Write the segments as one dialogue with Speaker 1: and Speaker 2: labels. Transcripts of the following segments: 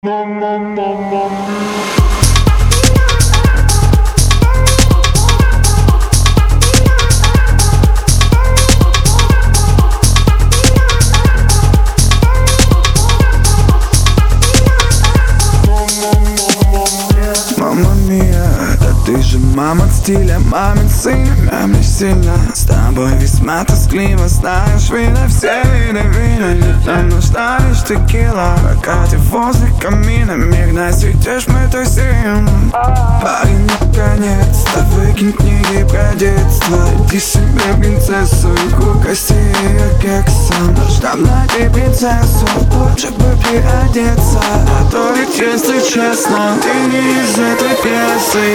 Speaker 1: Мама мия, да ты же мама стиля, мамин сын, мямлишь сильно. С тобой весьма тоскливо, знаешь, видно все виды вина. Не там нужна лишь текила, пока ты возле камина. Миг насветишь, мы тусим. Парень, наконец-то выкинь книги про детство. Иди себе принцессу и угости ее кексом. Должна найти принцессу, лучше бы приодеться. А то ведь, если честно, ты не из этой пьесы.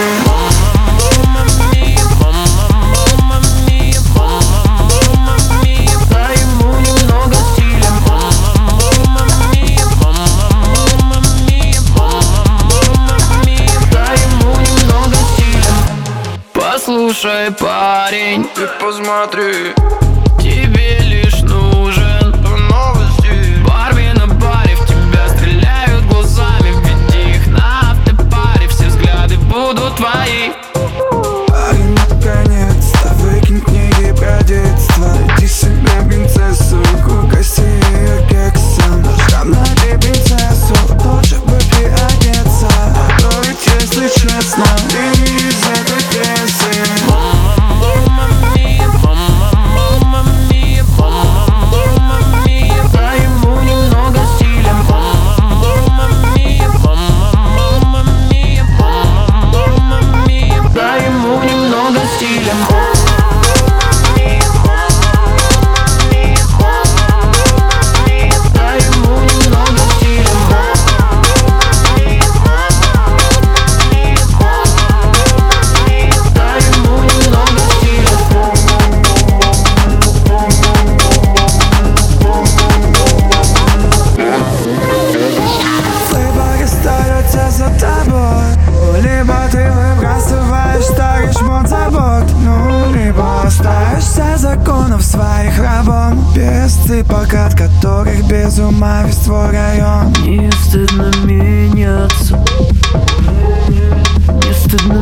Speaker 2: Послушай, парень,
Speaker 1: Ты посмотри,
Speaker 2: тебе лишь нужен
Speaker 1: новости.
Speaker 2: Барби на баре, в тебя стреляют глазами. Введи их на автопаре, все взгляды будут твои.
Speaker 1: Парень, наконец-то выкинь книги про детство. Иди себе принцессу и угости ее кексом. Должна найти принцессу, лучше бы приодеться. А то ведь, если честно, ты не из этой пьесы.
Speaker 2: Дай ему немного стиля. Дай ему немного стиля. Дай ему немного стиля. Дай ему немного стиля.
Speaker 1: Выбор остается за тобой. Либо ты выбрасываешь старый шмот забот, ну, либо остаешься законов своих рабом. Без цыпок, от которых без ума весь твой район.
Speaker 2: Не стыдно меняться, не стыдно